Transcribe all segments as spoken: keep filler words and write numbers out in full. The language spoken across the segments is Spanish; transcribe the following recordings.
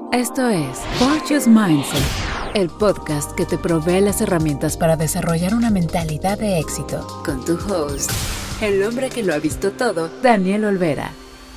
Esto es Fortius Mindset, el podcast que te provee las herramientas para desarrollar una mentalidad de éxito. Con tu host, el hombre que lo ha visto todo, Daniel Olvera.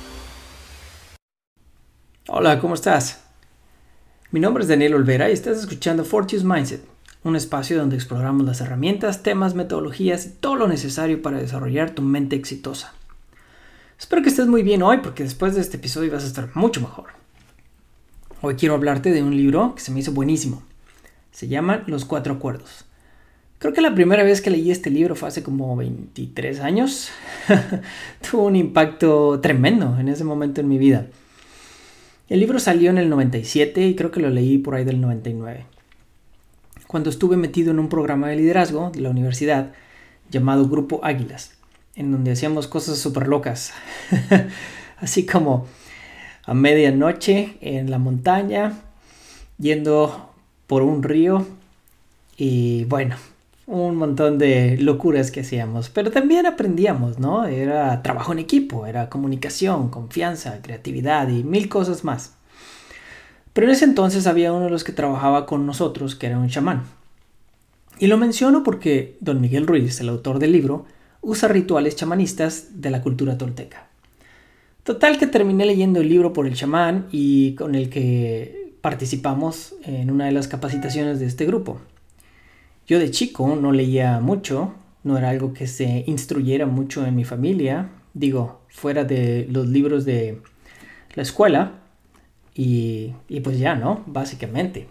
Hola, ¿cómo estás? Mi nombre es Daniel Olvera y estás escuchando Fortius Mindset, un espacio donde exploramos las herramientas, temas, metodologías y todo lo necesario para desarrollar tu mente exitosa. Espero que estés muy bien hoy porque después de este episodio vas a estar mucho mejor. Hoy quiero hablarte de un libro que se me hizo buenísimo. Se llama Los Cuatro Acuerdos. Creo que la primera vez que leí este libro fue hace como veintitrés años. Tuvo un impacto tremendo en ese momento en mi vida. El libro salió en el noventa y siete y creo que lo leí por ahí del noventa y nueve. Cuando estuve metido en un programa de liderazgo de la universidad llamado Grupo Águilas, en donde hacíamos cosas súper locas. Así como a medianoche en la montaña, yendo por un río y bueno, un montón de locuras que hacíamos. Pero también aprendíamos, ¿no? Era trabajo en equipo, era comunicación, confianza, creatividad y mil cosas más. Pero en ese entonces había uno de los que trabajaba con nosotros que era un chamán. Y lo menciono porque don Miguel Ruiz, el autor del libro, usa rituales chamanistas de la cultura tolteca. Total que terminé leyendo el libro por el chamán y con el que participamos en una de las capacitaciones de este grupo. Yo de chico no leía mucho, no era algo que se instruyera mucho en mi familia, digo, fuera de los libros de la escuela y, y pues ya, ¿no? Básicamente.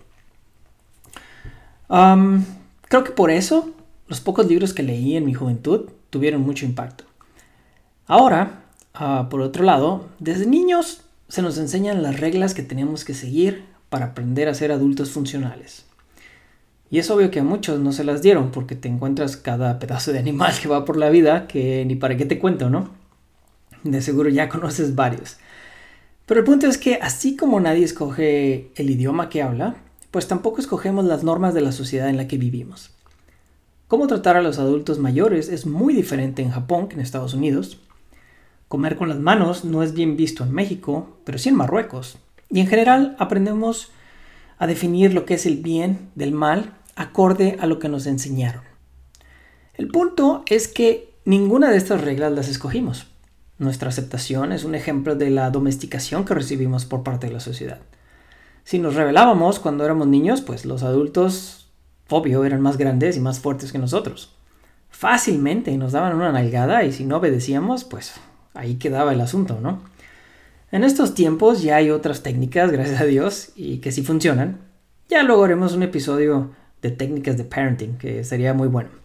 Um, creo que por eso los pocos libros que leí en mi juventud tuvieron mucho impacto. Ahora, Uh, por otro lado, desde niños se nos enseñan las reglas que tenemos que seguir para aprender a ser adultos funcionales. Y es obvio que a muchos no se las dieron porque te encuentras cada pedazo de animal que va por la vida que ni para qué te cuento, ¿no? De seguro ya conoces varios. Pero el punto es que así como nadie escoge el idioma que habla, pues tampoco escogemos las normas de la sociedad en la que vivimos. Cómo tratar a los adultos mayores es muy diferente en Japón que en Estados Unidos. Comer con las manos no es bien visto en México, pero sí en Marruecos. Y en general aprendemos a definir lo que es el bien del mal acorde a lo que nos enseñaron. El punto es que ninguna de estas reglas las escogimos. Nuestra aceptación es un ejemplo de la domesticación que recibimos por parte de la sociedad. Si nos rebelábamos cuando éramos niños, pues los adultos, obvio, eran más grandes y más fuertes que nosotros. Fácilmente nos daban una nalgada y si no obedecíamos, pues ahí quedaba el asunto, ¿no? En estos tiempos ya hay otras técnicas, gracias a Dios, y que sí funcionan. Ya luego haremos un episodio de técnicas de parenting, que sería muy bueno.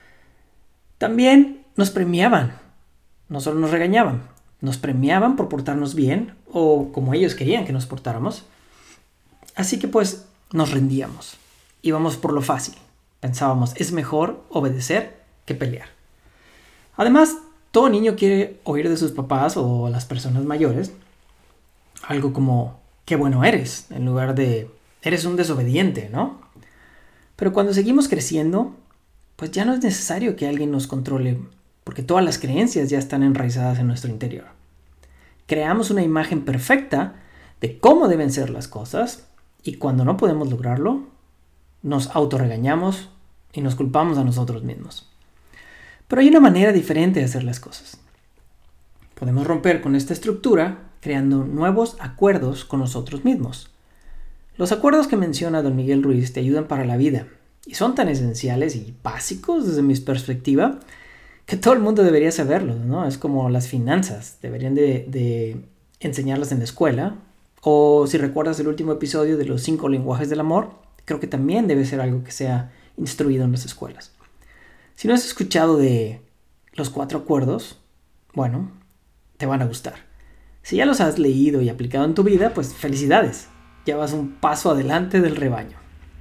También nos premiaban, no solo nos regañaban, nos premiaban por portarnos bien, o como ellos querían que nos portáramos. Así que pues nos rendíamos, íbamos por lo fácil. Pensábamos, es mejor obedecer que pelear. Además, todo niño quiere oír de sus papás o las personas mayores algo como, qué bueno eres, en lugar de, eres un desobediente, ¿no? Pero cuando seguimos creciendo, pues ya no es necesario que alguien nos controle, porque todas las creencias ya están enraizadas en nuestro interior. Creamos una imagen perfecta de cómo deben ser las cosas y cuando no podemos lograrlo, nos autorregañamos y nos culpamos a nosotros mismos. Pero hay una manera diferente de hacer las cosas. Podemos romper con esta estructura creando nuevos acuerdos con nosotros mismos. Los acuerdos que menciona don Miguel Ruiz te ayudan para la vida y son tan esenciales y básicos desde mi perspectiva que todo el mundo debería saberlos, ¿no? Es como las finanzas, deberían de, de enseñarlas en la escuela. O si recuerdas el último episodio de los cinco lenguajes del amor, creo que también debe ser algo que sea instruido en las escuelas. Si no has escuchado de los cuatro acuerdos, bueno, te van a gustar. Si ya los has leído y aplicado en tu vida, pues felicidades. Ya vas un paso adelante del rebaño.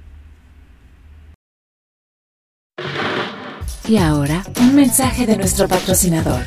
Y ahora, un mensaje de nuestro patrocinador.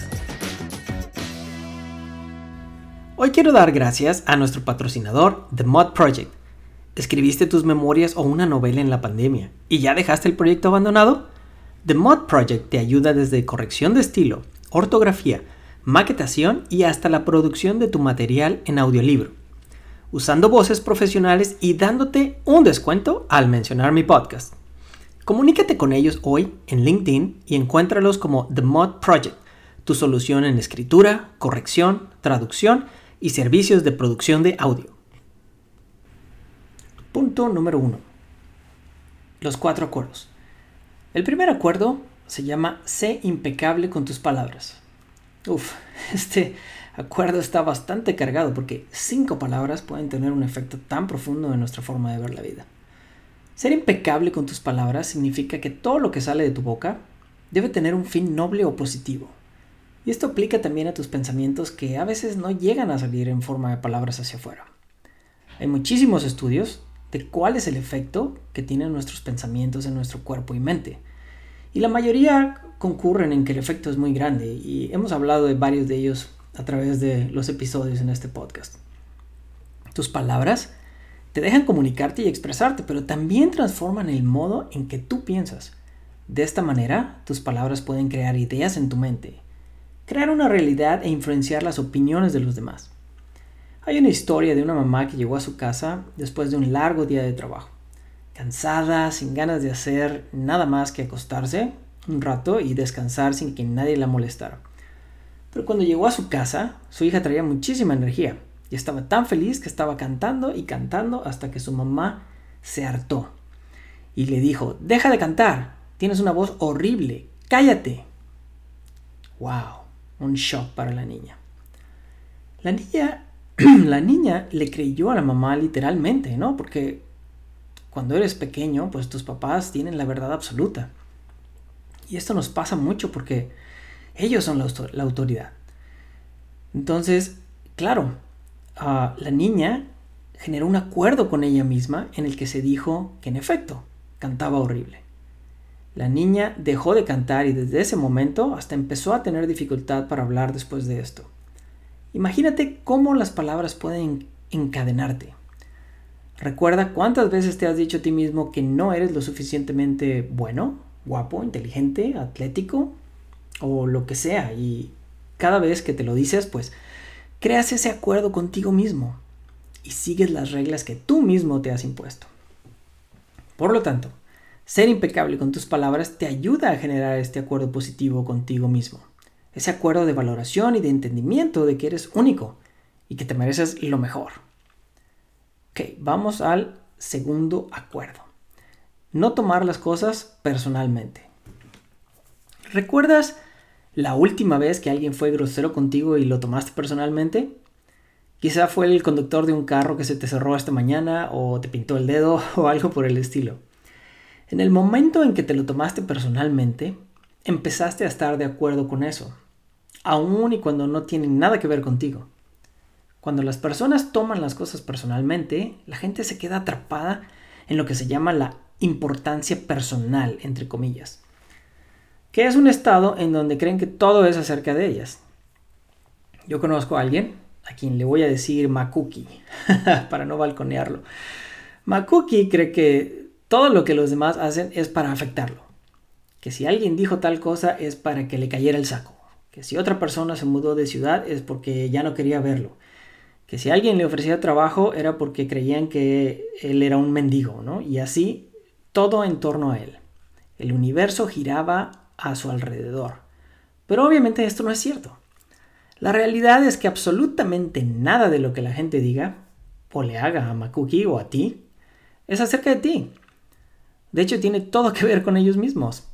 Hoy quiero dar gracias a nuestro patrocinador, The Mod Project. ¿Escribiste tus memorias o una novela en la pandemia y ya dejaste el proyecto abandonado? The Mod Project te ayuda desde corrección de estilo, ortografía, maquetación y hasta la producción de tu material en audiolibro. usando voces profesionales y dándote un descuento al mencionar mi podcast. Comunícate con ellos hoy en LinkedIn y encuéntralos como The Mod Project, tu solución en escritura, corrección, traducción y servicios de producción de audio. Punto número uno. Los cuatro acuerdos. El primer acuerdo se llama sé impecable con tus palabras. Uf, este acuerdo está bastante cargado porque cinco palabras pueden tener un efecto tan profundo en nuestra forma de ver la vida. Ser impecable con tus palabras significa que todo lo que sale de tu boca debe tener un fin noble o positivo. Y esto aplica también a tus pensamientos que a veces no llegan a salir en forma de palabras hacia afuera. Hay muchísimos estudios de cuál es el efecto que tienen nuestros pensamientos en nuestro cuerpo y mente. Y la mayoría concurren en que el efecto es muy grande y hemos hablado de varios de ellos a través de los episodios en este podcast. Tus palabras te dejan comunicarte y expresarte, pero también transforman el modo en que tú piensas. De esta manera, tus palabras pueden crear ideas en tu mente, crear una realidad e influenciar las opiniones de los demás. Hay una historia de una mamá que llegó a su casa después de un largo día de trabajo, cansada, sin ganas de hacer nada más que acostarse un rato y descansar sin que nadie la molestara. Pero cuando llegó a su casa, su hija traía muchísima energía y estaba tan feliz que estaba cantando y cantando hasta que su mamá se hartó y le dijo: deja de cantar, tienes una voz horrible, cállate. Wow, un shock para la niña. La niña, la niña le creyó a la mamá literalmente, ¿no? Porque cuando eres pequeño, pues tus papás tienen la verdad absoluta. Y esto nos pasa mucho porque ellos son la, la autoridad. Entonces, claro, Uh, la niña generó un acuerdo con ella misma en el que se dijo que en efecto cantaba horrible. La niña dejó de cantar y desde ese momento hasta empezó a tener dificultad para hablar después de esto. Imagínate cómo las palabras pueden encadenarte. Recuerda cuántas veces te has dicho a ti mismo que no eres lo suficientemente bueno, guapo, inteligente, atlético o lo que sea, y cada vez que te lo dices, pues creas ese acuerdo contigo mismo y sigues las reglas que tú mismo te has impuesto. Por lo tanto, ser impecable con tus palabras te ayuda a generar este acuerdo positivo contigo mismo. Ese acuerdo de valoración y de entendimiento de que eres único y que te mereces lo mejor. Ok, vamos al segundo acuerdo. No tomar las cosas personalmente. ¿Recuerdas la última vez que alguien fue grosero contigo y lo tomaste personalmente? Quizá fue el conductor de un carro que se te cerró esta mañana o te pintó el dedo o algo por el estilo. En el momento en que te lo tomaste personalmente, empezaste a estar de acuerdo con eso, aun y cuando no tiene nada que ver contigo. Cuando las personas toman las cosas personalmente, la gente se queda atrapada en lo que se llama la importancia personal, entre comillas, que es un estado en donde creen que todo es acerca de ellas. Yo conozco a alguien a quien le voy a decir Makuki, para no balconearlo. Makuki cree que todo lo que los demás hacen es para afectarlo. Que si alguien dijo tal cosa es para que le cayera el saco. Que si otra persona se mudó de ciudad es porque ya no quería verlo. Que si alguien le ofrecía trabajo era porque creían que él era un mendigo, ¿no? Y así, todo en torno a él. El universo giraba a su alrededor. Pero obviamente esto no es cierto. La realidad es que absolutamente nada de lo que la gente diga o le haga a Makuki o a ti es acerca de ti. De hecho, tiene todo que ver con ellos mismos.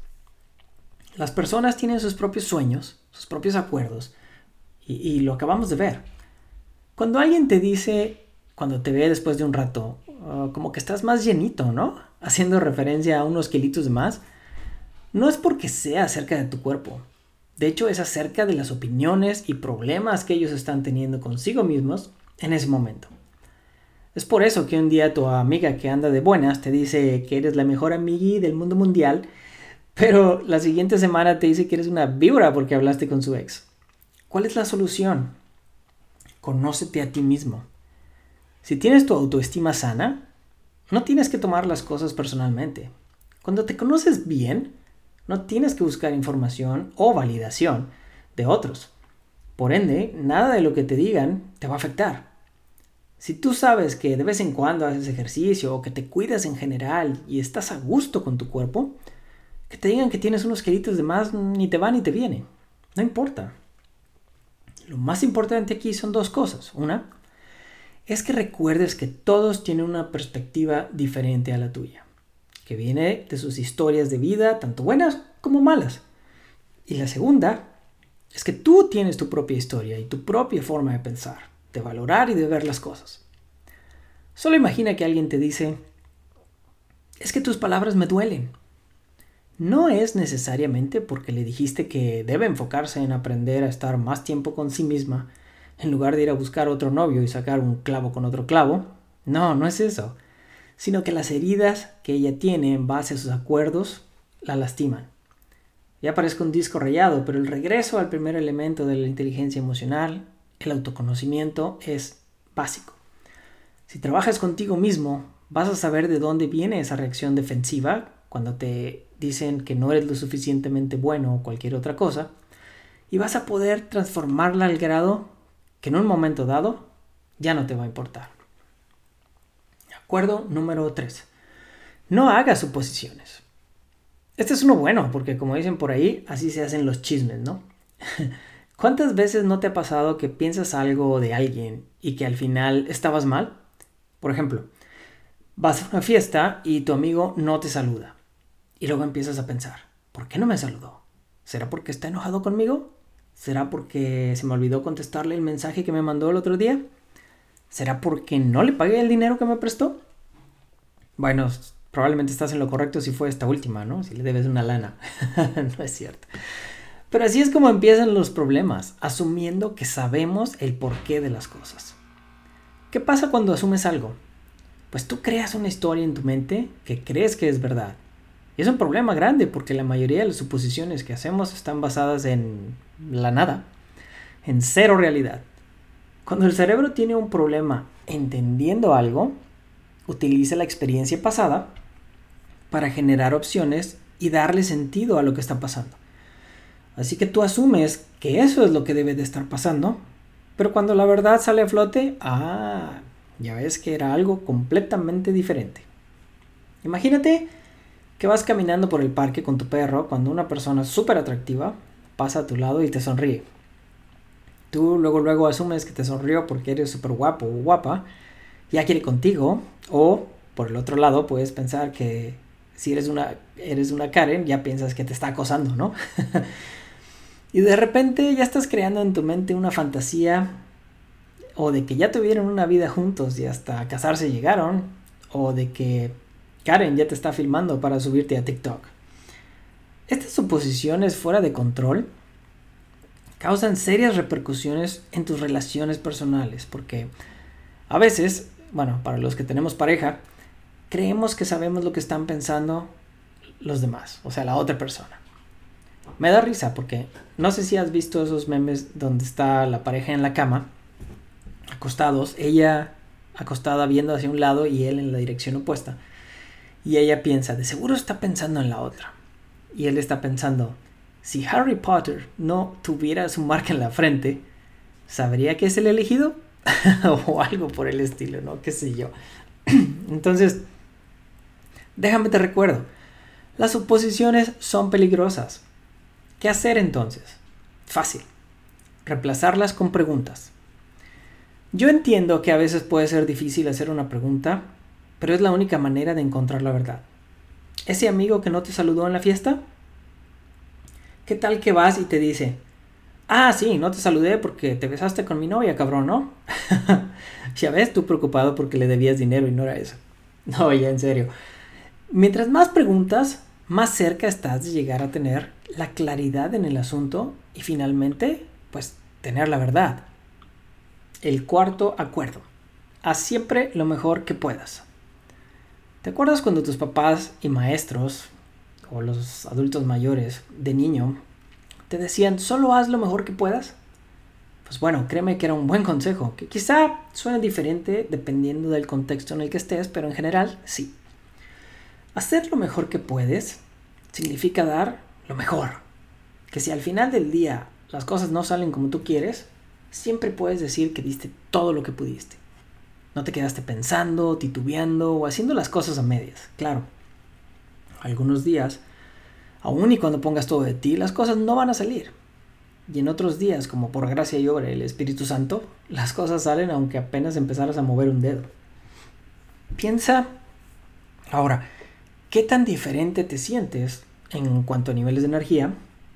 Las personas tienen sus propios sueños, sus propios acuerdos, y, y lo acabamos de ver. Cuando alguien te dice, cuando te ve después de un rato, uh, como que estás más llenito, ¿no? Haciendo referencia a unos kilitos de más, no es porque sea acerca de tu cuerpo. De hecho, es acerca de las opiniones y problemas que ellos están teniendo consigo mismos en ese momento. Es por eso que un día tu amiga que anda de buenas te dice que eres la mejor amigui del mundo mundial, pero la siguiente semana te dice que eres una víbora porque hablaste con su ex. ¿Cuál es la solución? Conócete a ti mismo. Si tienes tu autoestima sana, no tienes que tomar las cosas personalmente. Cuando te conoces bien, no tienes que buscar información o validación de otros. Por ende, nada de lo que te digan te va a afectar. Si tú sabes que de vez en cuando haces ejercicio o que te cuidas en general y estás a gusto con tu cuerpo, que te digan que tienes unos kilitos de más ni te va ni te viene. No importa. Lo más importante aquí son dos cosas. Una, es que recuerdes que todos tienen una perspectiva diferente a la tuya, que viene de sus historias de vida, tanto buenas como malas. Y la segunda es que tú tienes tu propia historia y tu propia forma de pensar, de valorar y de ver las cosas. Solo imagina que alguien te dice, es que tus palabras me duelen. No es necesariamente porque le dijiste que debe enfocarse en aprender a estar más tiempo con sí misma, en lugar de ir a buscar otro novio y sacar un clavo con otro clavo. No, no es eso. Sino que las heridas que ella tiene en base a sus acuerdos la lastiman. Ya parezco un disco rayado, pero el regreso al primer elemento de la inteligencia emocional, el autoconocimiento, es básico. Si trabajas contigo mismo, vas a saber de dónde viene esa reacción defensiva cuando te dicen que no eres lo suficientemente bueno o cualquier otra cosa, y vas a poder transformarla al grado que en un momento dado ya no te va a importar. Acuerdo número tres. No hagas suposiciones. Este es uno bueno, porque como dicen por ahí, así se hacen los chismes, ¿no? ¿Cuántas veces no te ha pasado que piensas algo de alguien y que al final estabas mal? Por ejemplo, vas a una fiesta y tu amigo no te saluda. Y luego empiezas a pensar, ¿por qué no me saludó? ¿Será porque está enojado conmigo? ¿Será porque se me olvidó contestarle el mensaje que me mandó el otro día? ¿Será porque no le pagué el dinero que me prestó? Bueno, probablemente estás en lo correcto si fue esta última, ¿no? Si le debes una lana. No es cierto. Pero así es como empiezan los problemas, asumiendo que sabemos el porqué de las cosas. ¿Qué pasa cuando asumes algo? Pues tú creas una historia en tu mente que crees que es verdad. Y es un problema grande porque la mayoría de las suposiciones que hacemos están basadas en la nada, en cero realidad. Cuando el cerebro tiene un problema entendiendo algo, utiliza la experiencia pasada para generar opciones y darle sentido a lo que está pasando. Así que tú asumes que eso es lo que debe de estar pasando, pero cuando la verdad sale a flote, ah, ya ves que era algo completamente diferente. Imagínate que vas caminando por el parque con tu perro cuando una persona súper atractiva pasa a tu lado y te sonríe. Tú luego luego asumes que te sonrió porque eres súper guapo o guapa, ya quiere contigo, o por el otro lado puedes pensar que si eres una, eres una Karen, ya piensas que te está acosando, ¿no? Y de repente ya estás creando en tu mente una fantasía o de que ya tuvieron una vida juntos y hasta casarse llegaron, o de que Karen ya te está filmando para subirte a TikTok. Estas suposiciones fuera de control causan serias repercusiones en tus relaciones personales, porque a veces, bueno, para los que tenemos pareja, creemos que sabemos lo que están pensando los demás, o sea, la otra persona. Me da risa porque no sé si has visto esos memes donde está la pareja en la cama, acostados, ella acostada viendo hacia un lado y él en la dirección opuesta. Y ella piensa, de seguro está pensando en la otra. Y él está pensando, si Harry Potter no tuviera su marca en la frente, ¿sabría que es el elegido? O algo por el estilo, ¿no? Qué sé yo. Entonces, déjame te recuerdo, las suposiciones son peligrosas. ¿Qué hacer entonces? Fácil. Reemplazarlas con preguntas. Yo entiendo que a veces puede ser difícil hacer una pregunta, pero es la única manera de encontrar la verdad. ¿Ese amigo que no te saludó en la fiesta? ¿Qué tal que vas y te dice, ah, sí, no te saludé porque te besaste con mi novia, cabrón, ¿no? Ya ves, tú preocupado porque le debías dinero y no era eso. No, ya en serio. Mientras más preguntas, más cerca estás de llegar a tener la claridad en el asunto y finalmente, pues, tener la verdad. El cuarto acuerdo. Haz siempre lo mejor que puedas. ¿Te acuerdas cuando tus papás y maestros, o los adultos mayores de niño, te decían solo haz lo mejor que puedas? Pues bueno, créeme que era un buen consejo, que quizá suene diferente dependiendo del contexto en el que estés, pero en general sí. Hacer lo mejor que puedes significa dar lo mejor. Que si al final del día las cosas no salen como tú quieres, siempre puedes decir que diste todo lo que pudiste. No te quedaste pensando, titubeando o haciendo las cosas a medias. Claro, algunos días, aun y cuando pongas todo de ti, las cosas no van a salir. Y en otros días, como por gracia y obra del Espíritu Santo, las cosas salen aunque apenas empezaras a mover un dedo. Piensa ahora, ¿qué tan diferente te sientes en cuanto a niveles de energía?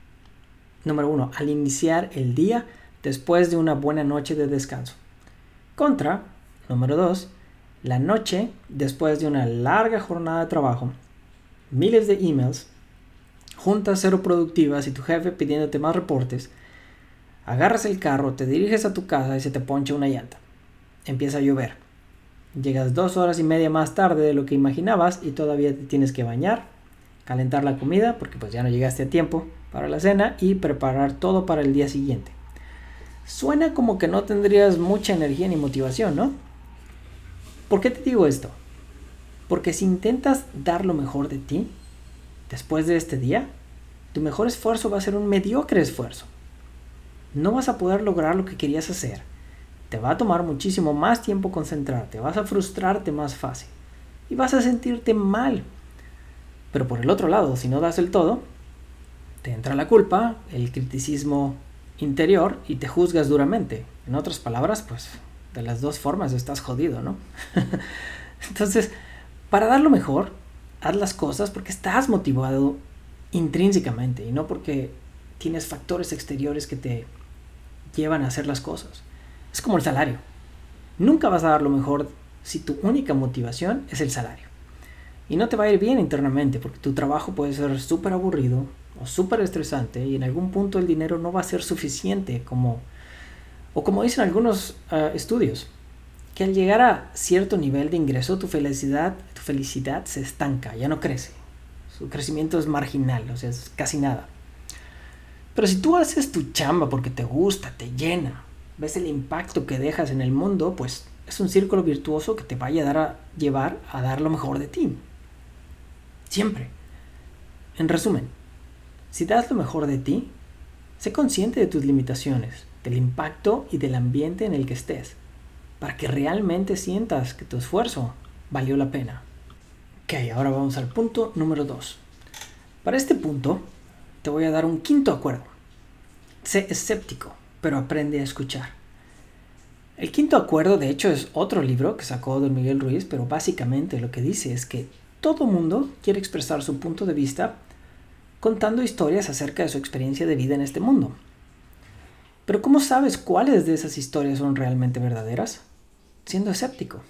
Número uno, al iniciar el día después de una buena noche de descanso. Contra, número dos, la noche después de una larga jornada de trabajo, miles de emails, juntas cero productivas y tu jefe pidiéndote más reportes. Agarras el carro, te diriges a tu casa y se te poncha una llanta. Empieza a llover. Llegas dos horas y media más tarde de lo que imaginabas y todavía te tienes que bañar, calentar la comida porque pues ya no llegaste a tiempo para la cena y preparar todo para el día siguiente. Suena como que no tendrías mucha energía ni motivación, ¿no? ¿Por qué te digo esto? Porque si intentas dar lo mejor de ti, después de este día, tu mejor esfuerzo va a ser un mediocre esfuerzo. No vas a poder lograr lo que querías hacer. Te va a tomar muchísimo más tiempo concentrarte, vas a frustrarte más fácil y vas a sentirte mal. Pero por el otro lado, si no das el todo, te entra la culpa, el criticismo interior y te juzgas duramente. En otras palabras, pues de las dos formas estás jodido, ¿no? Entonces, para dar lo mejor, haz las cosas porque estás motivado intrínsecamente y no porque tienes factores exteriores que te llevan a hacer las cosas. Es como el salario. Nunca vas a dar lo mejor si tu única motivación es el salario. Y no te va a ir bien internamente porque tu trabajo puede ser súper aburrido o súper estresante y en algún punto el dinero no va a ser suficiente como, o como dicen algunos uh, estudios, que al llegar a cierto nivel de ingreso tu felicidad, tu felicidad se estanca, ya no crece. Su crecimiento es marginal, o sea, es casi nada. Pero si tú haces tu chamba porque te gusta, te llena, ves el impacto que dejas en el mundo, pues es un círculo virtuoso que te va a, dar a llevar a dar lo mejor de ti. Siempre. En resumen, si das lo mejor de ti, sé consciente de tus limitaciones, del impacto y del ambiente en el que estés, para que realmente sientas que tu esfuerzo valió la pena. Ok, ahora vamos al punto número dos. Para este punto, te voy a dar un quinto acuerdo. Sé escéptico, pero aprende a escuchar. El quinto acuerdo, de hecho, es otro libro que sacó don Miguel Ruiz, pero básicamente lo que dice es que todo mundo quiere expresar su punto de vista contando historias acerca de su experiencia de vida en este mundo. Pero ¿cómo sabes cuáles de esas historias son realmente verdaderas? Siendo escéptico.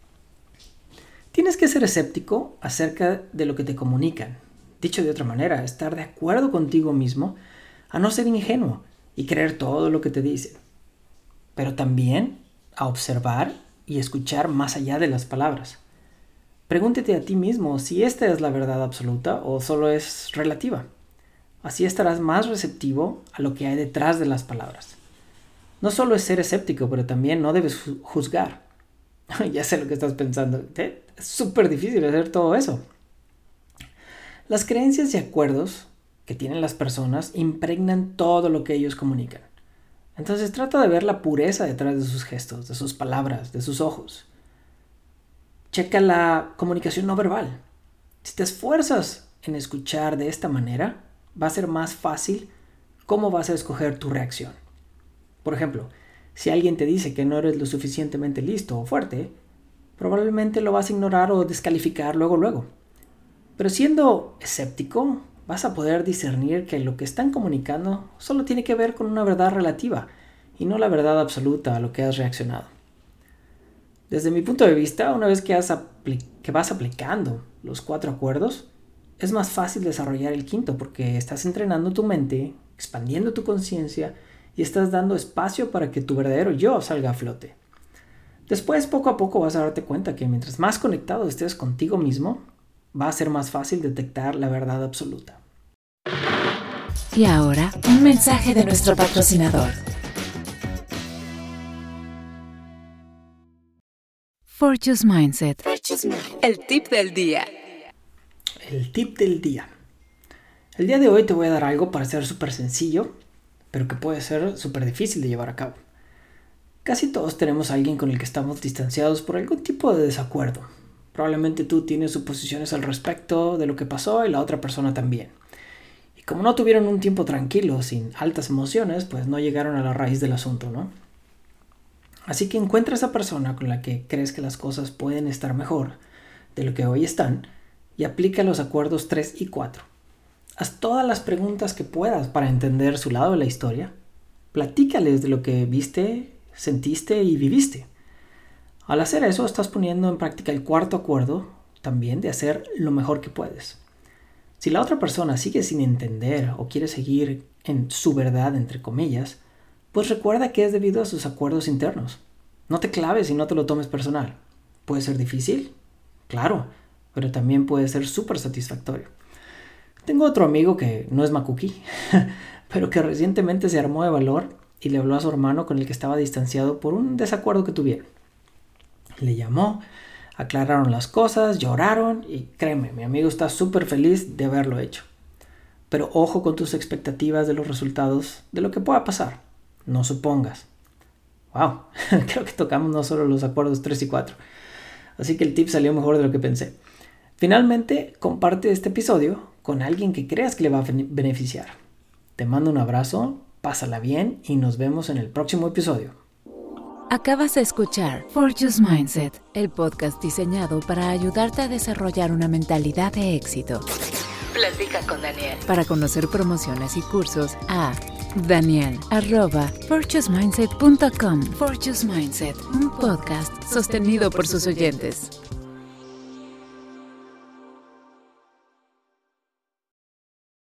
Tienes que ser escéptico acerca de lo que te comunican. Dicho de otra manera, estar de acuerdo contigo mismo a no ser ingenuo y creer todo lo que te dicen. Pero también a observar y escuchar más allá de las palabras. Pregúntate a ti mismo si esta es la verdad absoluta o solo es relativa. Así estarás más receptivo a lo que hay detrás de las palabras. No solo es ser escéptico, pero también no debes juzgar. Ya sé lo que estás pensando. ¿Eh? Es súper difícil hacer todo eso. Las creencias y acuerdos que tienen las personas impregnan todo lo que ellos comunican. Entonces trata de ver la pureza detrás de sus gestos, de sus palabras, de sus ojos. Checa la comunicación no verbal. Si te esfuerzas en escuchar de esta manera, va a ser más fácil cómo vas a escoger tu reacción. Por ejemplo, si alguien te dice que no eres lo suficientemente listo o fuerte, probablemente lo vas a ignorar o descalificar luego luego. Pero siendo escéptico, vas a poder discernir que lo que están comunicando solo tiene que ver con una verdad relativa y no la verdad absoluta a lo que has reaccionado. Desde mi punto de vista, una vez que, has apli- que vas aplicando los cuatro acuerdos, es más fácil desarrollar el quinto porque estás entrenando tu mente, expandiendo tu conciencia y estás dando espacio para que tu verdadero yo salga a flote. Después, poco a poco vas a darte cuenta que mientras más conectado estés contigo mismo, va a ser más fácil detectar la verdad absoluta. Y ahora, un mensaje de nuestro patrocinador. Fortius Mindset. El tip del día. El tip del día. El día de hoy te voy a dar algo para ser súper sencillo, pero que puede ser súper difícil de llevar a cabo. Casi todos tenemos a alguien con el que estamos distanciados por algún tipo de desacuerdo. Probablemente tú tienes suposiciones al respecto de lo que pasó y la otra persona también. Y como no tuvieron un tiempo tranquilo, sin altas emociones, pues no llegaron a la raíz del asunto, ¿no? Así que encuentra a esa persona con la que crees que las cosas pueden estar mejor de lo que hoy están y aplica los acuerdos tres y cuatro. Haz todas las preguntas que puedas para entender su lado de la historia. Platícales de lo que viste, sentiste y viviste. Al hacer eso, estás poniendo en práctica el cuarto acuerdo también de hacer lo mejor que puedes. Si la otra persona sigue sin entender o quiere seguir en su verdad, entre comillas, pues recuerda que es debido a sus acuerdos internos. No te claves y no te lo tomes personal. ¿Puede ser difícil? Claro, pero también puede ser súper satisfactorio. Tengo otro amigo que no es macuqui, pero que recientemente se armó de valor y le habló a su hermano con el que estaba distanciado por un desacuerdo que tuvieron. Le llamó, aclararon las cosas, lloraron y créeme, mi amigo está súper feliz de haberlo hecho. Pero ojo con tus expectativas de los resultados de lo que pueda pasar. No supongas. Wow, creo que tocamos no solo los acuerdos tres y cuatro. Así que el tip salió mejor de lo que pensé. Finalmente, comparte este episodio con alguien que creas que le va a beneficiar. Te mando un abrazo, pásala bien y nos vemos en el próximo episodio. Acabas de escuchar Fortune's Mindset, el podcast diseñado para ayudarte a desarrollar una mentalidad de éxito. Platica con Daniel. Para conocer promociones y cursos a Daniel arroba fortunes mindset punto com. Fortune's Mindset, un podcast sostenido por sus oyentes.